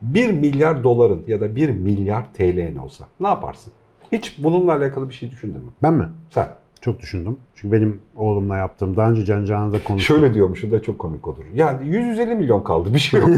1 milyar doların ya da 1 milyar TL'nin olsa ne yaparsın? Hiç bununla alakalı bir şey düşündün mü? Ben mi? Sen. Çok düşündüm. Çünkü benim oğlumla yaptığım, daha önce Can Canan'da konuştuk. Şöyle diyormuşum da çok komik olur. Yani 150 milyon kaldı, bir şey yok.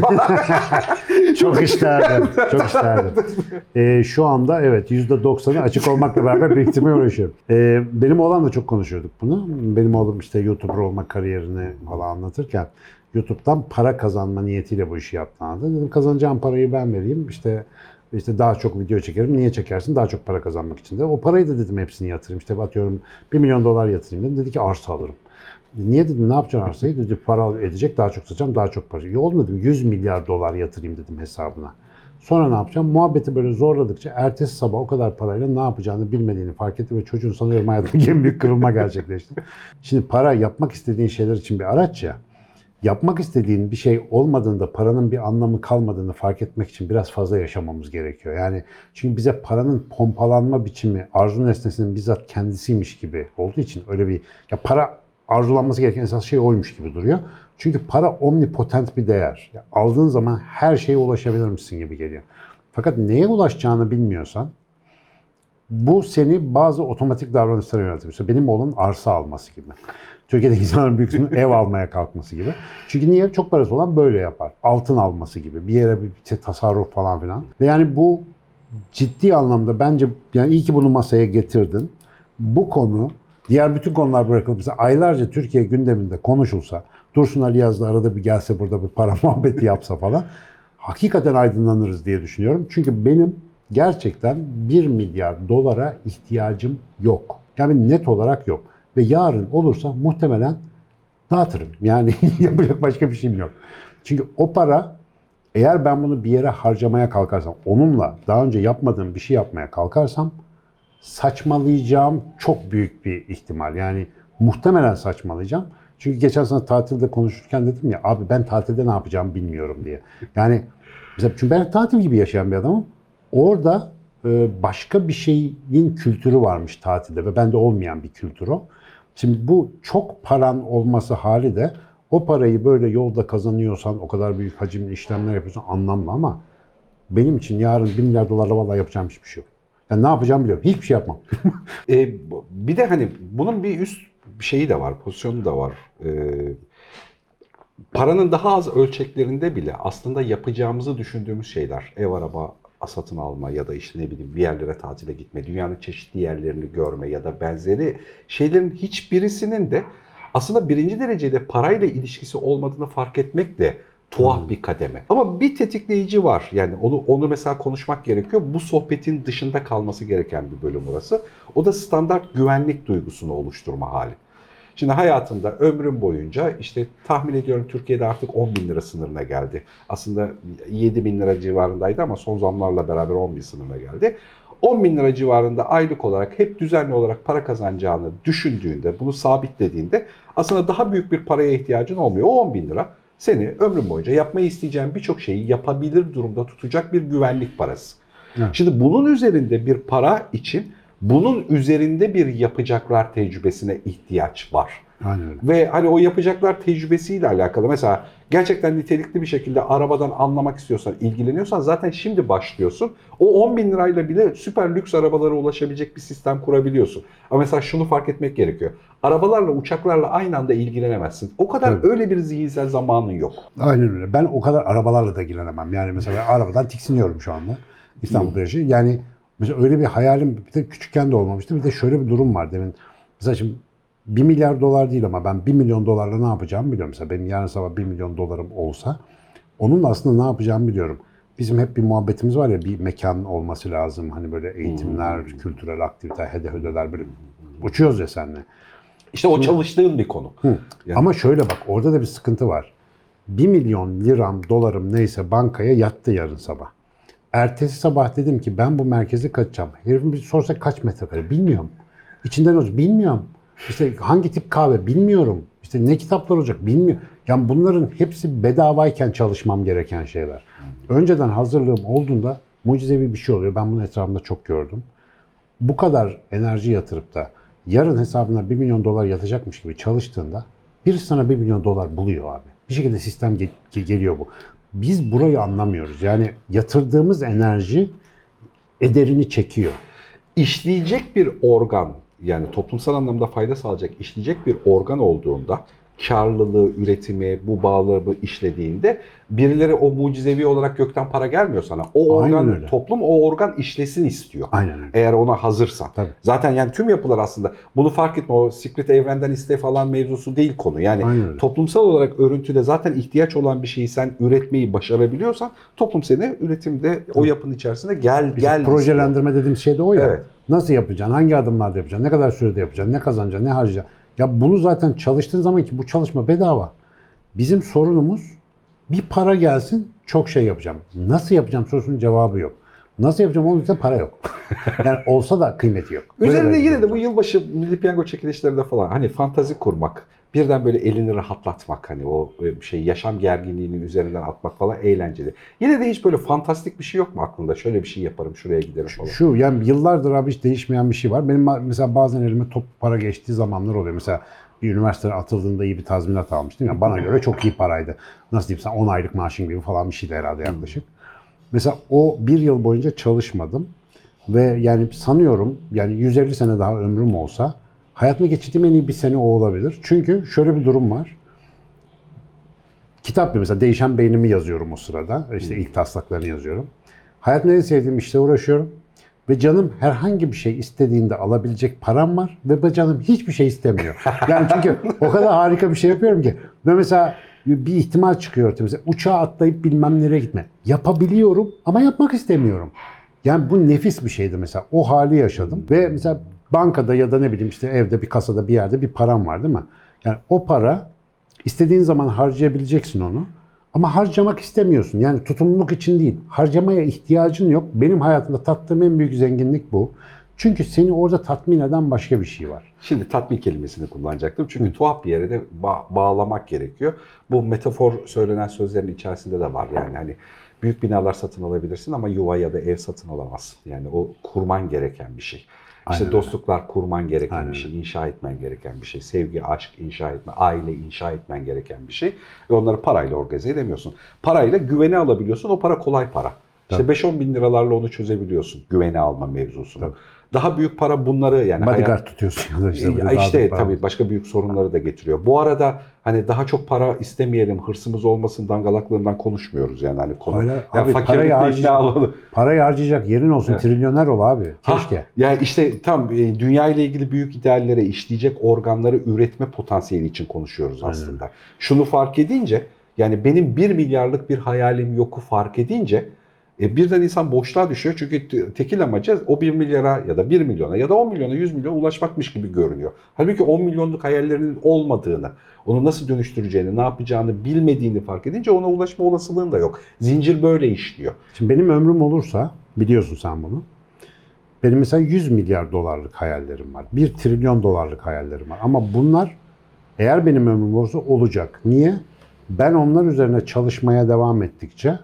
Çok isterdim. Çok isterdim. Şu anda evet %90'ı açık olmakla beraber biriktirmeye uğraşıyorum. Benim oğlanla çok konuşuyorduk bunu. Benim oğlum işte YouTuber olma kariyerini falan anlatırken YouTube'dan para kazanma niyetiyle bu işi yaptığını anladı. Dedim kazanacağım parayı ben vereyim. İşte daha çok video çekerim. Niye çekersin? Daha çok para kazanmak için de. O parayı da dedim hepsini yatırayım. İşte atıyorum 1 milyon dolar yatırayım dedim. Dedi ki arsa alırım. Niye dedim, ne yapacaksın arsayı? Dedi para edecek, daha çok satacağım, daha çok para. Yol dedim, 100 milyar dolar yatırayım dedim hesabına. Sonra ne yapacağım? Muhabbeti böyle zorladıkça ertesi sabah o kadar parayla ne yapacağını bilmediğini fark etti ve çocuğun sanıyorum hayatındaki en büyük kırılma gerçekleşti. Şimdi para yapmak istediğin şeyler için bir araç ya. Yapmak istediğin bir şey olmadığında paranın bir anlamı kalmadığını fark etmek için biraz fazla yaşamamız gerekiyor. Yani çünkü bize paranın pompalanma biçimi arzu nesnesinin bizzat kendisiymiş gibi olduğu için öyle bir ya para arzulanması gereken esas şey oymuş gibi duruyor. Çünkü para omnipotent bir değer. Ya aldığın zaman her şeye ulaşabilir misin gibi geliyor. Fakat neye ulaşacağını bilmiyorsan bu seni bazı otomatik davranışlara yöneltiyor. Mesela benim oğlum arsa alması gibi. Türkiye'deki insanların büyük kısmının ev almaya kalkması gibi. Çünkü niye? Çok parası olan böyle yapar. Altın alması gibi. Bir yere bir tasarruf falan filan. Ve yani bu ciddi anlamda bence yani iyi ki bunu masaya getirdin. Bu konu diğer bütün konular bırakılıp mesela aylarca Türkiye gündeminde konuşulsa, Dursun Ali Yazdı arada bir gelse burada bir para muhabbeti yapsa falan hakikaten aydınlanırız diye düşünüyorum. Çünkü benim gerçekten 1 milyar dolara ihtiyacım yok. Yani net olarak yok. Ve yarın olursa muhtemelen dağıtırım. Yani yapacak başka bir şeyim yok. Çünkü o para eğer ben bunu bir yere harcamaya kalkarsam, onunla daha önce yapmadığım bir şey yapmaya kalkarsam saçmalayacağım çok büyük bir ihtimal. Yani muhtemelen saçmalayacağım. Çünkü geçen sene tatilde konuşurken dedim ya abi ben tatilde ne yapacağımı bilmiyorum diye. Yani mesela çünkü ben tatil gibi yaşayan bir adamım. Orada başka bir şeyin kültürü varmış tatilde ve bende olmayan bir kültür o. Şimdi bu çok paran olması hali de o parayı böyle yolda kazanıyorsan o kadar büyük hacimli işlemler yapıyorsan anlamlı ama benim için yarın 1 milyar dolarla vallahi yapacağım hiçbir şey yok. Yani ne yapacağımı biliyorum. Hiçbir şey yapmam. Bir de hani bunun bir üst şeyi de var, pozisyonu da var. Paranın daha az ölçeklerinde bile aslında yapacağımızı düşündüğümüz şeyler, ev araba satın alma ya da işte ne bileyim bir yerlere tatile gitme, dünyanın çeşitli yerlerini görme ya da benzeri şeylerin hiçbirisinin de aslında birinci derecede parayla ilişkisi olmadığını fark etmek de tuhaf bir kademe. Ama bir tetikleyici var. Yani onu mesela konuşmak gerekiyor. Bu sohbetin dışında kalması gereken bir bölüm orası. O da standart güvenlik duygusunu oluşturma hali. Şimdi hayatında ömrüm boyunca işte tahmin ediyorum Türkiye'de artık 10 bin lira sınırına geldi. Aslında 7 bin lira civarındaydı ama son zamlarla beraber 10 bin sınırına geldi. 10 bin lira civarında aylık olarak hep düzenli olarak para kazanacağını düşündüğünde, bunu sabitlediğinde aslında daha büyük bir paraya ihtiyacın olmuyor. O 10 bin lira seni ömrün boyunca yapmayı isteyeceğin birçok şeyi yapabilir durumda tutacak bir güvenlik parası. Evet. Şimdi bunun üzerinde bir para için bunun üzerinde bir yapacaklar tecrübesine ihtiyaç var. Aynen öyle. Ve hani o yapacaklar tecrübesiyle alakalı mesela gerçekten nitelikli bir şekilde arabadan anlamak istiyorsan, ilgileniyorsan zaten şimdi başlıyorsun. O 10 bin lirayla bile süper lüks arabalara ulaşabilecek bir sistem kurabiliyorsun. Ama mesela şunu fark etmek gerekiyor. Arabalarla, uçaklarla aynı anda ilgilenemezsin. O kadar Tabii. öyle bir zihinsel zamanın yok. Aynen öyle. Ben o kadar arabalarla da ilgilenemem. Yani mesela arabadan tiksiniyorum şu anda. İstanbul'da yaşıyorum. Yani mesela öyle bir hayalim bir de küçükken de olmamıştı. Bir de şöyle bir durum var demin. Mesela şimdi 1 milyar dolar değil ama ben 1 milyon dolarla ne yapacağımı biliyorum. Mesela benim yarın sabah 1 milyon dolarım olsa onunla aslında ne yapacağımı biliyorum. Bizim hep bir muhabbetimiz var ya bir mekan olması lazım. Hani böyle eğitimler, kültürel aktiviteler, hede böyle uçuyoruz ya seninle. İşte o çalıştığın bir konu. Yani. Ama şöyle bak orada da bir sıkıntı var. 1 milyon liram, dolarım neyse bankaya yattı yarın sabah. Ertesi sabah dedim ki ben bu merkeze kaçacağım. Herifin bir sorsa kaç metrekare bilmiyorum. İçinden olacak bilmiyorum. İşte hangi tip kahve bilmiyorum. İşte ne kitaplar olacak bilmiyorum. Yani bunların hepsi bedavayken çalışmam gereken şeyler. Önceden hazırlığım olduğunda mucizevi bir şey oluyor. Ben bunu etrafımda çok gördüm. Bu kadar enerji yatırıp da yarın hesabına 1 milyon dolar yatacakmış gibi çalıştığında birisi sana 1 milyon dolar buluyor abi. Bir şekilde sistem geliyor bu. biz burayı anlamıyoruz. Yani yatırdığımız enerji ederini çekiyor. İşleyecek bir organ, yani toplumsal anlamda fayda sağlayacak işleyecek bir organ olduğunda, karlılığı, üretimi, bu bağları işlediğinde birileri o mucizevi olarak gökten para gelmiyor sana. O Aynen organ, öyle. toplum o organ işlesin istiyor. Aynen öyle. Eğer ona hazırsan. Tabii. Zaten yani tüm yapılar aslında bunu fark etme, o secret evrenden iste falan mevzusu değil konu. Yani Aynen öyle. toplumsal olarak örüntüde zaten ihtiyaç olan bir şeyi sen üretmeyi başarabiliyorsan toplum seni üretimde o yapının içerisinde gel Bizim projelendirme dediğimiz şey de o ya. Evet. Nasıl yapacaksın? Hangi adımlarda yapacaksın? Ne kadar sürede yapacaksın? Ne kazanacaksın? Ne harcayacaksın? Ya bunu zaten çalıştığın zaman ki bu çalışma bedava. Bizim sorunumuz bir para gelsin çok şey yapacağım. Nasıl yapacağım sorusunun cevabı yok. Nasıl yapacağım onun için para yok. Yani olsa da kıymeti yok. Üzerinde Böyle yine de bu bir yılbaşı milli piyango çekilişlerinde falan hani fantazi kurmak, birden böyle elini rahatlatmak, hani o şey yaşam gerginliğinin üzerinden atmak falan eğlenceli. Yine de hiç böyle fantastik bir şey yok mu aklında? Şöyle bir şey yaparım, şuraya giderim falan. Şu yani yıllardır abi hiç değişmeyen bir şey var. Benim mesela bazen elime top para geçtiği zamanlar oluyor. Mesela bir üniversiteye atıldığında iyi bir tazminat almıştım. Yani bana göre çok iyi paraydı. Nasıl diyeyim sana 10 aylık maaşın gibi falan bir şeydi herhalde yaklaşık. Mesela o bir yıl boyunca çalışmadım. Ve yani sanıyorum yani 150 sene daha ömrüm olsa hayatımda geçirdiğim en iyi bir sene o olabilir. Çünkü şöyle bir durum var. Kitap mesela Değişen Beynimi yazıyorum o sırada. İşte ilk taslaklarını yazıyorum. Hayatımda en sevdiğim işle uğraşıyorum. Ve canım herhangi bir şey istediğinde alabilecek param var. Ve canım hiçbir şey istemiyor. Yani çünkü o kadar harika bir şey yapıyorum ki. Ve mesela bir ihtimal çıkıyor ortaya. Mesela uçağa atlayıp bilmem nereye gitme. Yapabiliyorum ama yapmak istemiyorum. Yani bu nefis bir şeydi mesela. O hali yaşadım. Ve mesela bankada ya da ne bileyim işte evde bir kasada bir yerde bir param var değil mi? Yani o para istediğin zaman harcayabileceksin onu. Ama harcamak istemiyorsun. Yani tutumluluk için değil. Harcamaya ihtiyacın yok. Benim hayatımda tattığım en büyük zenginlik bu. Çünkü seni orada tatmin eden başka bir şey var. Şimdi tatmin kelimesini kullanacaktım. Çünkü tuhaf bir yere de bağlamak gerekiyor. Bu metafor söylenen sözlerin içerisinde de var. Yani hani büyük binalar satın alabilirsin ama yuva ya da ev satın alamazsın. Yani o kurman gereken bir şey. İşte Aynen dostluklar kurman gereken Aynen bir şey, inşa etmen gereken bir şey. Sevgi, aşk inşa etme, aile inşa etmen gereken bir şey. Ve onları parayla organize edemiyorsun. Parayla güveni alabiliyorsun. O para kolay para. İşte 5-10 bin liralarla onu çözebiliyorsun. Güveni alma mevzusunu. Tabii. Daha büyük para bunları yani Bodyguard tutuyorsun ya da işte. ya işte tabii başka büyük sorunları da getiriyor. Bu arada hani daha çok para istemeyelim, hırsımız olmasın dangalaklarından konuşmuyoruz yani hani konu. Hala, Ya abi fakirlikle alalım. parayı harcayacak yerin olsun. Evet. Trilyoner ol abi. Keşke. Yani işte tam dünya ile ilgili büyük ideallere, işleyecek organları üretme potansiyeli için konuşuyoruz aslında. Şunu fark edince yani benim 1 milyarlık bir hayalim yoku fark edince birden insan boşluğa düşüyor. Çünkü tekil amacı o 1 milyara ya da 1 milyona ya da 10 milyona 100 milyona ulaşmakmış gibi görünüyor. Halbuki 10 milyonluk hayallerinin olmadığını, onu nasıl dönüştüreceğini, ne yapacağını bilmediğini fark edince ona ulaşma olasılığın da yok. Zincir böyle işliyor. Şimdi benim ömrüm olursa biliyorsun sen bunu. Benim mesela 100 milyar dolarlık hayallerim var. 1 trilyon dolarlık hayallerim var. Ama bunlar eğer benim ömrüm olursa olacak. Niye? Ben onlar üzerine çalışmaya devam ettikçe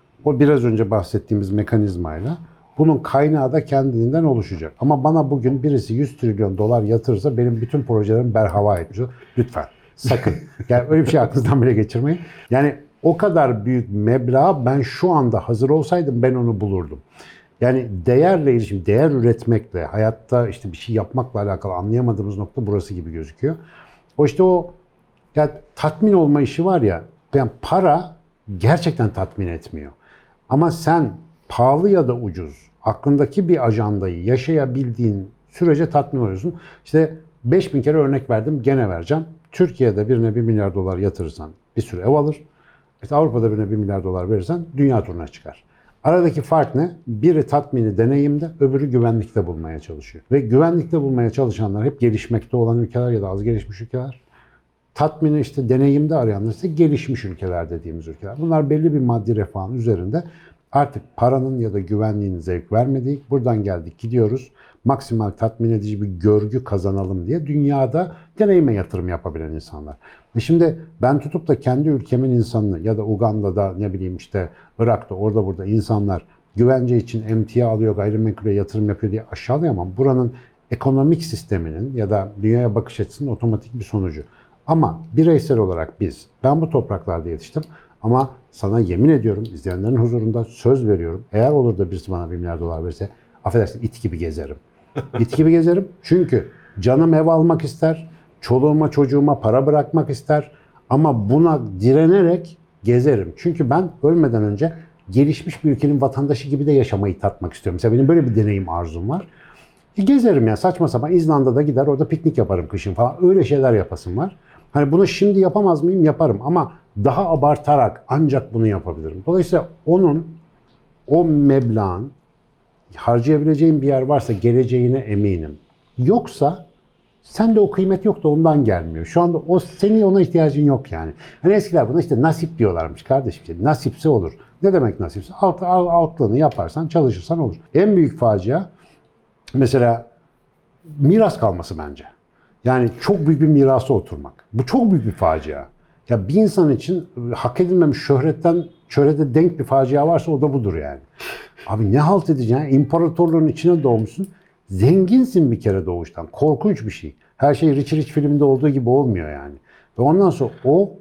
o biraz önce bahsettiğimiz mekanizmayla bunun kaynağı da kendiliğinden oluşacak. Ama bana bugün birisi 100 trilyon dolar yatırırsa benim bütün projelerim berhava etmiş olur. Lütfen sakın. Yani öyle bir şey aklınızdan bile geçirmeyin. Yani o kadar büyük meblağ ben şu anda hazır olsaydım ben onu bulurdum. Yani değerle ilişkim, değer üretmekle, hayatta işte bir şey yapmakla alakalı anlayamadığımız nokta burası gibi gözüküyor. O işte o ya tatmin olma işi var ya, yani para gerçekten tatmin etmiyor. Ama sen pahalı ya da ucuz, aklındaki bir ajandayı yaşayabildiğin sürece tatmin oluyorsun. İşte 5.000 kere örnek verdim, gene vereceğim. Türkiye'de birine 1 milyar dolar yatırırsan bir sürü ev alır. İşte Avrupa'da birine 1 milyar dolar verirsen dünya turuna çıkar. Aradaki fark ne? Biri tatmini deneyimde, öbürü güvenlikte bulmaya çalışıyor. Ve güvenlikte bulmaya çalışanlar hep gelişmekte olan ülkeler ya da az gelişmiş ülkeler. Tatmini işte deneyimde arayanlar ise gelişmiş ülkeler dediğimiz ülkeler. Bunlar belli bir maddi refahın üzerinde artık paranın ya da güvenliğin zevk vermediği, buradan geldik gidiyoruz, maksimal tatmin edici bir görgü kazanalım diye dünyada deneyime yatırım yapabilen insanlar. Şimdi ben tutup da kendi ülkemin insanını ya da Uganda'da ne bileyim işte Irak'ta orada burada insanlar güvence için emtia alıyor, gayrimenkule yatırım yapıyor diye aşağılayamam. Buranın ekonomik sisteminin ya da dünyaya bakış açısının otomatik bir sonucu. Ama bireysel olarak ben bu topraklarda yetiştim. Ama sana yemin ediyorum, izleyenlerin huzurunda söz veriyorum. Eğer olur da birisi bana $1 milyar verirse, affedersin, it gibi gezerim. İt gibi gezerim çünkü canım ev almak ister, çoluğuma çocuğuma para bırakmak ister ama buna direnerek gezerim. Çünkü ben ölmeden önce gelişmiş bir ülkenin vatandaşı gibi de yaşamayı tatmak istiyorum. Mesela benim böyle bir deneyim arzum var. Gezerim ya, saçma sapan İzlanda'da gider orada piknik yaparım kışın falan, öyle şeyler yapasım var. Hani bunu şimdi yapamaz mıyım? Yaparım ama daha abartarak ancak bunu yapabilirim. Dolayısıyla o meblağın harcayabileceğin bir yer varsa geleceğine eminim. Yoksa sende o kıymet yok da ondan gelmiyor. Şu anda senin ona ihtiyacın yok yani. Hani eskiler buna işte nasip diyorlarmış kardeşim. İşte nasipse olur. Ne demek nasipse? Altlığını yaparsan, çalışırsan olur. En büyük facia mesela miras kalması bence. Yani çok büyük bir mirasa oturmak. Bu çok büyük bir facia. Ya bir insan için hak edilmemiş şöhrete denk bir facia varsa o da budur yani. Abi ne halt edeceksin? İmparatorluğun içine doğmuşsun. Zenginsin bir kere doğuştan. Korkunç bir şey. Her şey Rich Rich filminde olduğu gibi olmuyor yani. Ve ondan sonra o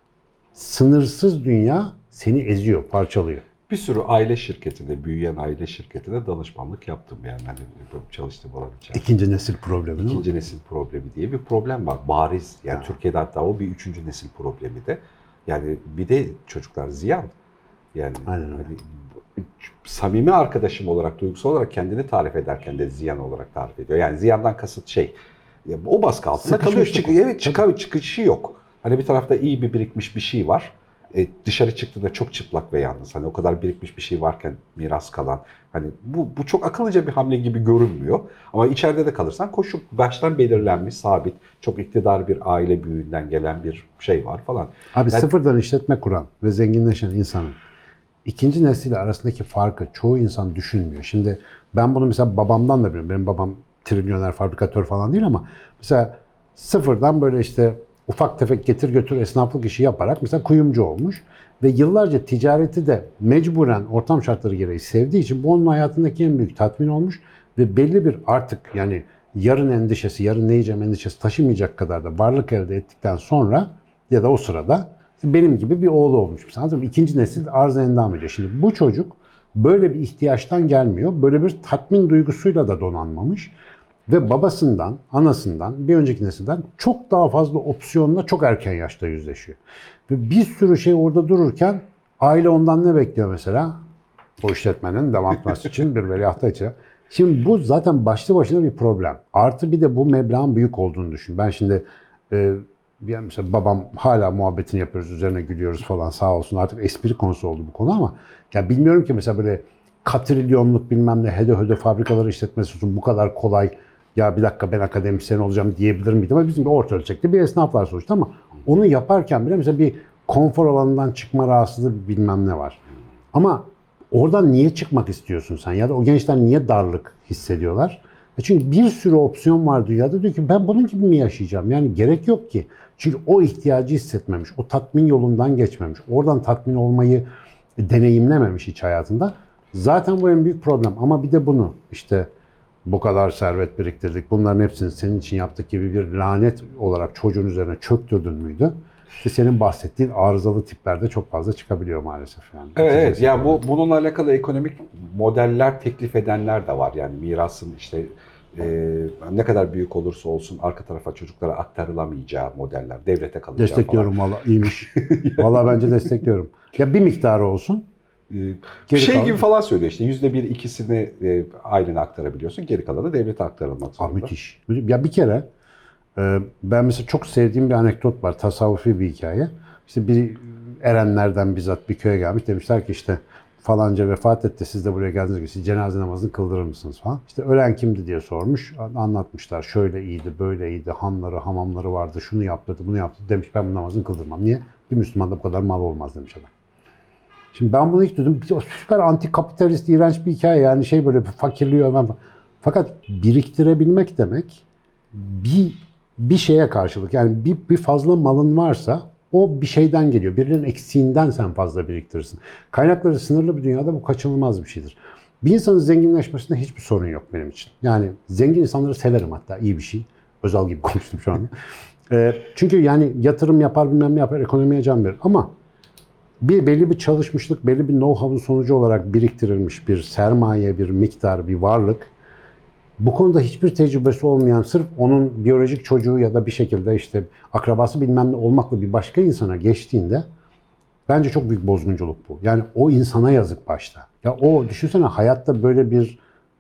sınırsız dünya seni eziyor, parçalıyor. Bir sürü aile şirketinde, büyüyen aile şirketinde danışmanlık yaptım yani. Hani çalıştığım alan içerisinde. İkinci nesil problemi. İkinci nesil problemi diye bir problem var. Bariz. Yani Türkiye'de hatta o bir üçüncü nesil problemi de. Yani bir de çocuklar ziyan. Yani Aynen öyle. hani, samimi arkadaşım olarak, duygusal olarak kendini tarif ederken de ziyan olarak tarif ediyor. Yani ziyandan kasıt ya, o baskı altında kalıyor. Çıkışı yok. Hani bir tarafta iyi bir birikmiş bir şey var. Dışarı çıktığında çok çıplak ve yalnız. Hani o kadar birikmiş bir şey varken miras kalan. Hani bu çok akıllıca bir hamle gibi görünmüyor. Ama içeride de kalırsan koşu baştan belirlenmiş, sabit, çok iktidar bir aile büyüğünden gelen bir şey var falan. Abi sıfırdan işletme kuran ve zenginleşen insanın ikinci nesille arasındaki farkı çoğu insan düşünmüyor. Şimdi ben bunu mesela babamdan da biliyorum. Benim babam trilyoner, fabrikatör falan değil ama mesela sıfırdan böyle işte ufak tefek getir götür esnaflık işi yaparak mesela kuyumcu olmuş. Ve yıllarca ticareti de mecburen ortam şartları gereği sevdiği için bu onun hayatındaki en büyük tatmin olmuş. Ve belli bir artık yani yarın endişesi, yarın ne yiyeceğim endişesi taşımayacak kadar da varlık elde ettikten sonra ya da o sırada benim gibi bir oğlu olmuş. Anladın mı? İkinci nesil arz endam ediyor. Şimdi bu çocuk böyle bir ihtiyaçtan gelmiyor. Böyle bir tatmin duygusuyla da donanmamış. Ve babasından, anasından, bir önceki nesilden çok daha fazla opsiyonla çok erken yaşta yüzleşiyor. Ve bir sürü şey orada dururken aile ondan ne bekliyor mesela? O işletmenin devam etmesi için bir veliahta için. Şimdi bu zaten başlı başına bir problem. Artı bir de bu meblağın büyük olduğunu düşün. Ben şimdi yani mesela babam hala muhabbetini yapıyoruz, üzerine gülüyoruz falan sağ olsun. Artık espri konusu oldu bu konu ama ya bilmiyorum ki mesela böyle katrilyonluk bilmem ne hede fabrikaları işletmesi için bu kadar kolay ya bir dakika ben akademisyen olacağım diyebilir miydim? Ama bizim bir orta ölçekli bir esnaflar sonuçta ama onu yaparken bile mesela bir konfor alanından çıkma rahatsızlığı bilmem ne var. Ama oradan niye çıkmak istiyorsun sen? Ya da o gençler niye darlık hissediyorlar? Çünkü bir sürü opsiyon var dünyada. Diyor ki ben bunun gibi mi yaşayacağım? Yani gerek yok ki. Çünkü o ihtiyacı hissetmemiş. O tatmin yolundan geçmemiş. Oradan tatmin olmayı deneyimlememiş hiç hayatında. Zaten bu en büyük problem. Ama bir de bunu işte bu kadar servet biriktirdik. Bunların hepsini senin için yaptık gibi bir lanet olarak çocuğun üzerine çöktürdün müydü? İşte senin bahsettiğin arızalı tiplerde çok fazla çıkabiliyor maalesef yani. Evet, ya bununla alakalı ekonomik modeller teklif edenler de var. Yani mirasın işte ne kadar büyük olursa olsun arka tarafa çocuklara aktarılamayacağı modeller, devlete kalacağı destekliyorum falan. valla, iyiymiş. Valla bence destekliyorum. Ya bir miktarı olsun. Gibi falan söylüyor işte %1-2'sini ailene aktarabiliyorsun, geri kalanı devlete aktarılmak zorunda. Müthiş. Ya bir kere ben mesela çok sevdiğim bir anekdot var, tasavvufi bir hikaye. İşte bir erenlerden bizzat bir köye gelmiş, demişler ki işte falanca vefat etti, siz de buraya geldiniz ki siz cenaze namazını kıldırır mısınız falan. İşte ölen kimdi diye sormuş, anlatmışlar şöyle iyiydi, böyle iyiydi, hanları, hamamları vardı, şunu yaptı, bunu yaptı, demiş ben bu namazını kıldırmam. Niye? Bir Müslümanda bu kadar mal olmaz demiş adam. Şimdi ben bunu ilk duydum. Süper antikapitalist, iğrenç bir hikaye. Yani şey böyle fakirliği öven. Fakat biriktirebilmek demek bir şeye karşılık. Yani bir fazla malın varsa o bir şeyden geliyor. Birinin eksiğinden sen fazla biriktirirsin. Kaynakları sınırlı bir dünyada bu kaçınılmaz bir şeydir. Bir insanın zenginleşmesinde hiçbir sorun yok benim için. Yani zengin insanları severim hatta, iyi bir şey. Özal gibi konuştum şu anda. Çünkü yani yatırım yapar bilmem ne yapar, ekonomiye can verir. Ama belli bir çalışmışlık, belli bir know-how'un sonucu olarak biriktirilmiş bir sermaye, bir miktar, bir varlık. Bu konuda hiçbir tecrübesi olmayan, sırf onun biyolojik çocuğu ya da bir şekilde işte akrabası bilmem ne olmakla bir başka insana geçtiğinde bence çok büyük bozgunculuk bu. Yani o insana yazık başta. Ya o düşünsene, hayatta böyle bir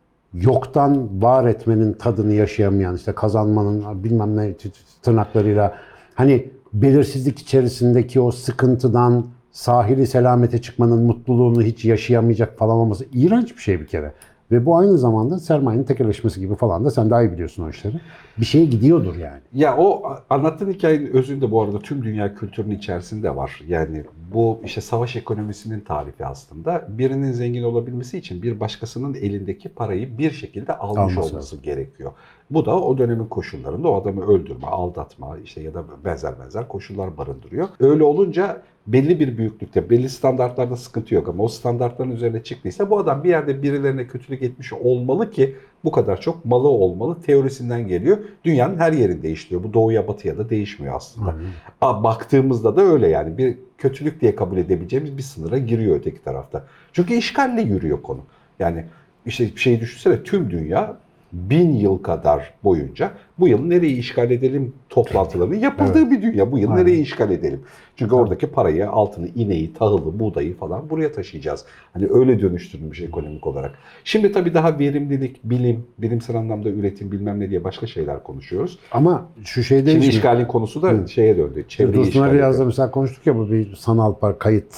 yoktan var etmenin tadını yaşayamayan, işte kazanmanın bilmem ne tırnaklarıyla, hani belirsizlik içerisindeki o sıkıntıdan sahili selamete çıkmanın mutluluğunu hiç yaşayamayacak falan olması iğrenç bir şey bir kere. Ve bu aynı zamanda sermayenin tekelleşmesi gibi falan da, sen daha iyi biliyorsun o işleri. Bir şeye gidiyordur yani. Ya o anlattığın hikayenin özünde bu arada tüm dünya kültürünün içerisinde var. Yani bu işte savaş ekonomisinin tarifi aslında. Birinin zengin olabilmesi için bir başkasının elindeki parayı bir şekilde almış olması gerekiyor. Bu da o dönemin koşullarında o adamı öldürme, aldatma işte ya da benzer koşullar barındırıyor. Öyle olunca belli bir büyüklükte, belli standartlarda sıkıntı yok ama o standartların üzerine çıktıysa bu adam bir yerde birilerine kötülük etmiş olmalı ki bu kadar çok malı olmalı teorisinden geliyor. Dünyanın her yerinde işliyor. Bu doğuya batıya da değişmiyor aslında. Baktığımızda da öyle yani. Bir kötülük diye kabul edebileceğimiz bir sınıra giriyor öteki tarafta. Çünkü işgalle yürüyor konu. Yani işte bir şey düşünsene, tüm dünya 1000 yıl kadar boyunca bu yıl nereyi işgal edelim toplantılarının yapıldığı bir dünya. Bu yıl nereyi işgal edelim? Çünkü oradaki parayı, altını, ineği, tahılı, buğdayı falan buraya taşıyacağız. Hani öyle dönüştürülmüş ekonomik olarak. Şimdi tabii daha verimlilik, bilimsel anlamda üretim bilmem ne diye başka şeyler konuşuyoruz. Ama şu şey değil. Şimdi işgalin konusu da şeye döndü. Çevreyi Dursun işgal Ali yazda ediyor. mesela konuştuk ya, bu bir sanal para, kayıt,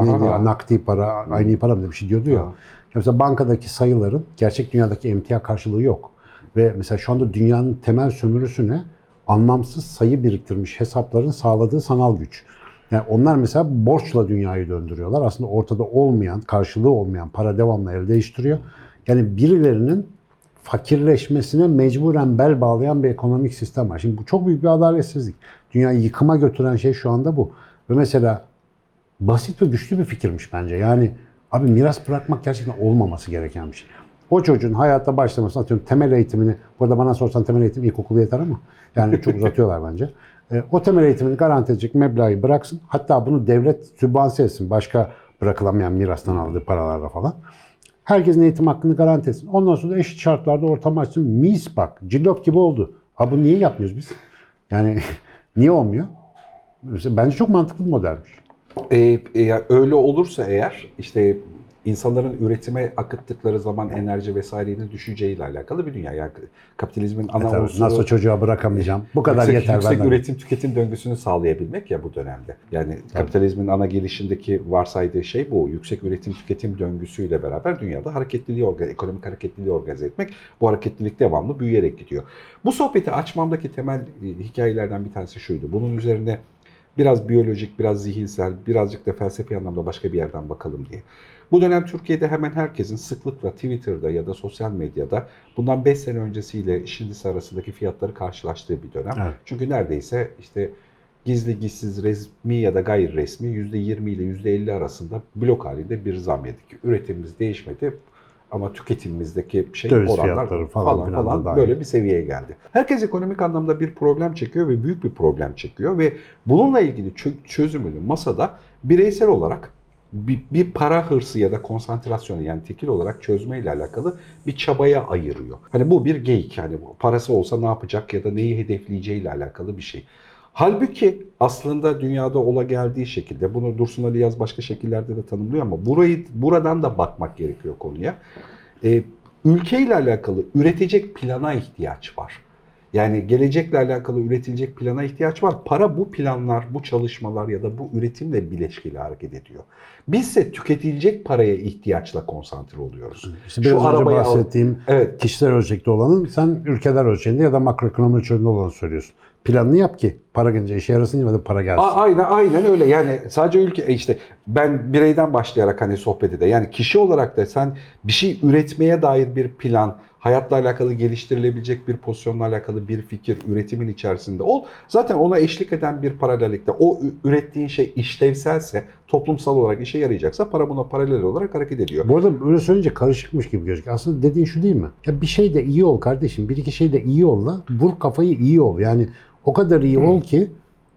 nakdi para, aynı para mı bir şey diyordu ya. Mesela bankadaki sayıların gerçek dünyadaki emtia karşılığı yok. Ve mesela şu anda dünyanın temel sömürüsüne anlamsız sayı biriktirmiş hesapların sağladığı sanal güç. Yani onlar mesela borçla dünyayı döndürüyorlar. Aslında ortada olmayan, karşılığı olmayan para devamlı el değiştiriyor. Yani birilerinin fakirleşmesine mecburen bel bağlayan bir ekonomik sistem var. Şimdi bu çok büyük bir adaletsizlik. Dünyayı yıkıma götüren şey şu anda bu. Ve mesela basit ve güçlü bir fikirmiş bence. Yani abi, miras bırakmak gerçekten olmaması gereken bir şey. O çocuğun hayata başlamasını, atıyorum temel eğitimini, burada bana sorsan temel eğitim ilkokulu yeter ama yani çok uzatıyorlar bence. O temel eğitimini garanti edecek meblağı bıraksın. Hatta bunu devlet sübvanse etsin. Başka bırakılamayan mirastan aldığı paralarla falan. Herkesin eğitim hakkını garanti etsin. Ondan sonra eşit şartlarda ortam açsın. Mis bak, cillop gibi oldu. Ha, bunu niye yapmıyoruz biz? Yani niye olmuyor? Bence çok mantıklı bir modelmiş. Öyle olursa eğer işte insanların üretime akıttıkları zaman enerji vesairenin düşeceğiyle alakalı bir dünya. Yani kapitalizmin ana unsuru nasıl çocuğa bırakamayacağım? Bu kadar yeter yüksek benden. üretim tüketim döngüsünü sağlayabilmek ya bu dönemde. Yani kapitalizmin ana gelişindeki varsaydığı şey bu. Yüksek üretim tüketim döngüsüyle beraber dünyada ekonomik hareketliliği organize etmek. Bu hareketlilik devamlı büyüyerek gidiyor. Bu sohbeti açmamdaki temel hikayelerden bir tanesi şuydu. Bunun üzerine biraz biyolojik, biraz zihinsel, birazcık da felsefi anlamda başka bir yerden bakalım diye. Bu dönem Türkiye'de hemen herkesin sıklıkla Twitter'da ya da sosyal medyada bundan 5 sene öncesiyle şimdisi arasındaki fiyatları karşılaştığı bir dönem. Evet. Çünkü neredeyse işte gizli gizsiz, resmi ya da gayri resmi %20 ile %50 arasında blok halinde bir zam yedik. Üretimimiz değişmedi. Ama tüketimimizdeki Döviz oranlar fiyatları falan böyle bir seviyeye geldi. Herkes ekonomik anlamda bir problem çekiyor ve büyük bir problem çekiyor ve bununla ilgili çözümünü masada bireysel olarak bir para hırsı ya da konsantrasyonu, yani tekil olarak çözmeyle alakalı bir çabaya ayırıyor. Hani bu bir geyik, yani parası olsa ne yapacak ya da neyi hedefleyeceğiyle alakalı bir şey. Halbuki aslında dünyada ola geldiği şekilde, bunu Dursun Ali Yaz başka şekillerde de tanımlıyor ama buradan da bakmak gerekiyor konuya. Ülkeyle alakalı üretecek plana ihtiyaç var. Yani gelecekle alakalı üretilecek plana ihtiyaç var. Para bu planlar, bu çalışmalar ya da bu üretimle bileşkili hareket ediyor. Bizse tüketilecek paraya ihtiyaçla konsantre oluyoruz. İşte biraz önce bahsettiğim kişiler ölçekte olanın, sen ülkeler ölçeğinde ya da makroekonomi ölçeğinde olanı söylüyorsun. Planını yap ki para gelince işe yarasın ya da para gelsin. Aynen öyle. Yani sadece ülke, işte ben bireyden başlayarak hani sohbeti de, yani kişi olarak da sen bir şey üretmeye dair bir plan, hayatla alakalı geliştirilebilecek bir pozisyonla alakalı bir fikir, üretimin içerisinde ol. Zaten ona eşlik eden bir paralellikte o ürettiğin şey işlevselse, toplumsal olarak işe yarayacaksa para buna paralel olarak hareket ediyor. Bu arada böyle söyleyince karışıkmış gibi gözüküyor. Aslında dediğin şu değil mi? Ya bir şey de iyi ol kardeşim. Bir iki şey de iyi ol la. Vur kafayı, iyi ol. Yani o kadar iyi ol ki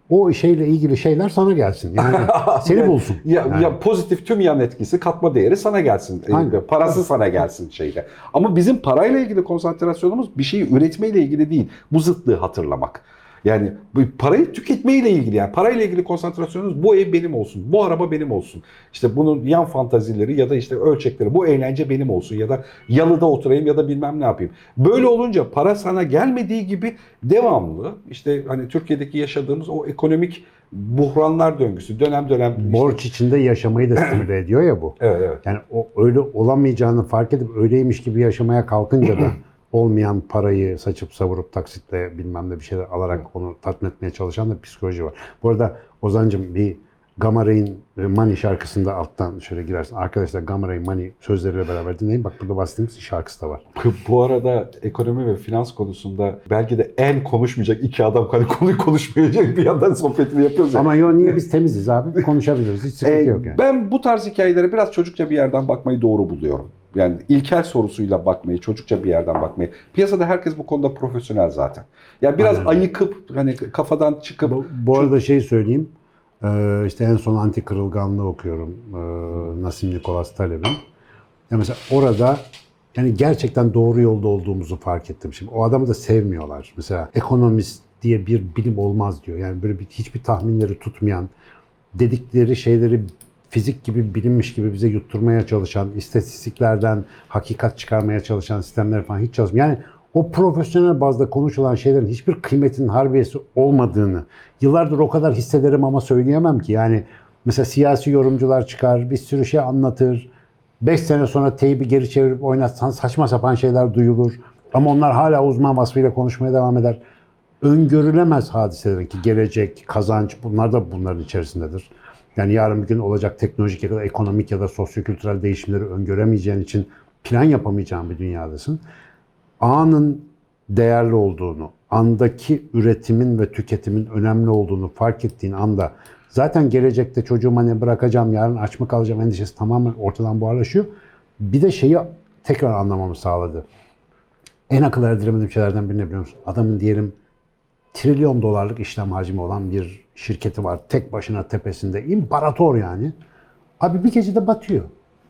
o şeyle ilgili şeyler sana gelsin. Yani seni Yani, bulsun. Ya pozitif tüm yan etkisi, katma değeri sana gelsin. Aynen. Parası sana gelsin şeyle. Ama bizim parayla ilgili konsantrasyonumuz bir şeyi üretmeyle ilgili değil. Bu zıtlığı hatırlamak. Yani bu parayı tüketmeyle ilgili, yani parayla ilgili konsantrasyonunuz bu ev benim olsun, bu araba benim olsun. İşte bunun yan fantazileri ya da işte ölçekleri, bu eğlence benim olsun ya da yalıda oturayım ya da bilmem ne yapayım. Böyle olunca para sana gelmediği gibi devamlı işte hani Türkiye'deki yaşadığımız o ekonomik buhranlar döngüsü dönem dönem Borç içinde yaşamayı da stimüle ediyor ya bu. Evet, evet. Yani o öyle olamayacağını fark edip öyleymiş gibi yaşamaya kalkınca da olmayan parayı saçıp savurup taksitle bilmem ne bir şeyler alarak onu tatmin etmeye çalışan da bir psikoloji var. Bu arada Ozan'cığım bir Gamma Ray'in Money şarkısında alttan şöyle girersin. Arkadaşlar Gamma Ray Money sözleriyle beraber dinleyin. Bak burada bahsettiğimiz şarkısı da var. Bu arada ekonomi ve finans konusunda belki de en konuşmayacak iki adam, hani konuyu konuşmayacak bir yandan sohbetini yapıyoruz ya. Ama niye biz temiziz abi? Konuşabiliriz. Hiç sıkıntı yok yani. Ben bu tarz hikayelere biraz çocukça bir yerden bakmayı doğru buluyorum. Yani ilkel sorusuyla bakmayı, çocukça bir yerden bakmayı. Piyasada herkes bu konuda profesyonel zaten. Yani biraz Aynen. ayıkıp hani kafadan çıkıp Bu arada şey söyleyeyim. İşte en son Anti Kırılganlığı okuyorum. Nassim Nicholas Taleb'in. Ya mesela orada yani gerçekten doğru yolda olduğumuzu fark ettim. Şimdi o adamı da sevmiyorlar. Mesela ekonomist diye bir bilim olmaz diyor. Yani böyle hiçbir tahminleri tutmayan, dedikleri şeyleri fizik gibi bilinmiş gibi bize yutturmaya çalışan, istatistiklerden hakikat çıkarmaya çalışan sistemler falan hiç çalışmıyor. Yani o profesyonel bazda konuşulan şeylerin hiçbir kıymetinin harbiyesi olmadığını yıllardır o kadar hissederim ama söyleyemem ki. Yani mesela siyasi yorumcular çıkar, bir sürü şey anlatır. 5 sene sonra teybi geri çevirip oynatsan saçma sapan şeyler duyulur. Ama onlar hala uzman vasfıyla konuşmaya devam eder. Öngörülemez hadiselerin ki gelecek, kazanç bunlar da bunların içerisindedir. Yani yarın bir gün olacak teknolojik ya da ekonomik ya da sosyokültürel değişimleri öngöremeyeceğin için plan yapamayacağın bir dünyadasın. Anın değerli olduğunu, andaki üretimin ve tüketimin önemli olduğunu fark ettiğin anda zaten gelecekte çocuğuma ne bırakacağım, yarın aç mı kalacağım endişesi tamamen ortadan buharlaşıyor. Bir de şeyi tekrar anlamamı sağladı. En akıl erdiremediğim şeylerden birini biliyor musun? Adamın diyelim trilyon dolarlık işlem hacmi olan bir şirketi var. Tek başına tepesinde. İmparator yani. Abi bir gecede batıyor.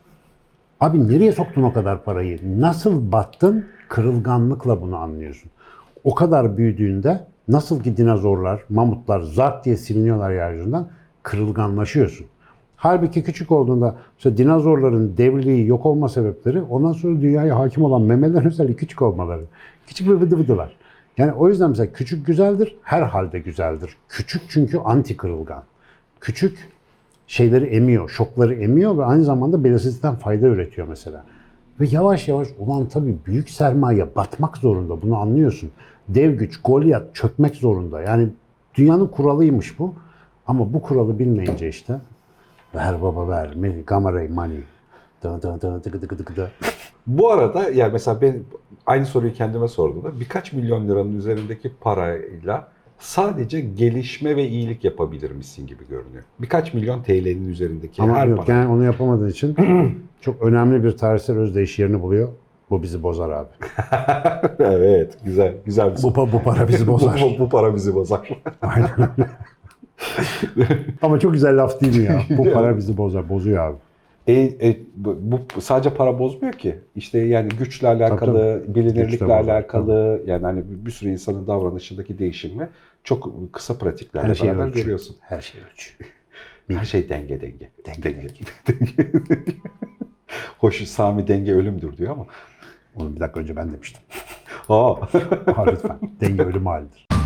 Abi nereye soktun o kadar parayı? Nasıl battın? Kırılganlıkla bunu anlıyorsun. O kadar büyüdüğünde nasıl ki dinozorlar, mamutlar zart diye siliniyorlar yeryüzünden kırılganlaşıyorsun. Halbuki küçük olduğunda mesela dinozorların devriliği yok olma sebepleri ondan sonra dünyaya hakim olan memelerin özellikle küçük olmaları. Küçük ve vıdı vıdılar. Yani o yüzden mesela küçük güzeldir, her halde güzeldir. Küçük çünkü anti kırılgan. Küçük şeyleri emiyor, şokları emiyor ve aynı zamanda belirsizlikten fayda üretiyor mesela. Ve yavaş yavaş ulan tabii büyük sermaye batmak zorunda, bunu anlıyorsun. Dev güç, Goliat çökmek zorunda. Yani dünyanın kuralıymış bu. Ama bu kuralı bilmeyince işte ver baba ver, Gamma Ray Money. bu arada yani mesela ben aynı soruyu kendime sorduğumda birkaç milyon liranın üzerindeki parayla sadece gelişme ve iyilik yapabilir misin gibi görünüyor. Birkaç milyon TL'nin üzerindeki Ama her yok, para. yani onu yapamadığın için çok önemli bir tarihsel özdeyiş yerini buluyor. Bu bizi bozar abi. Evet, güzel güzel bir soru. Bu para bizi bozar. Bu para bizi bozar. Aynen öyle. Ama çok güzel laf değil mi ya? Bu para bizi bozar. Bozuyor abi. Bu sadece para bozmuyor ki. İşte yani güçle alakalı, bilinirlikle Güçle bozar, alakalı, yani hani bir sürü insanın davranışındaki değişimi çok kısa pratiklerle Her şey beraber ölçü. görüyorsun. Her şey ölçü. Her şey denge. Hoş, Sami denge ölümdür diyor ama. Onu bir dakika önce ben demiştim. Aa. Ha, lütfen. Denge ölüm halidir.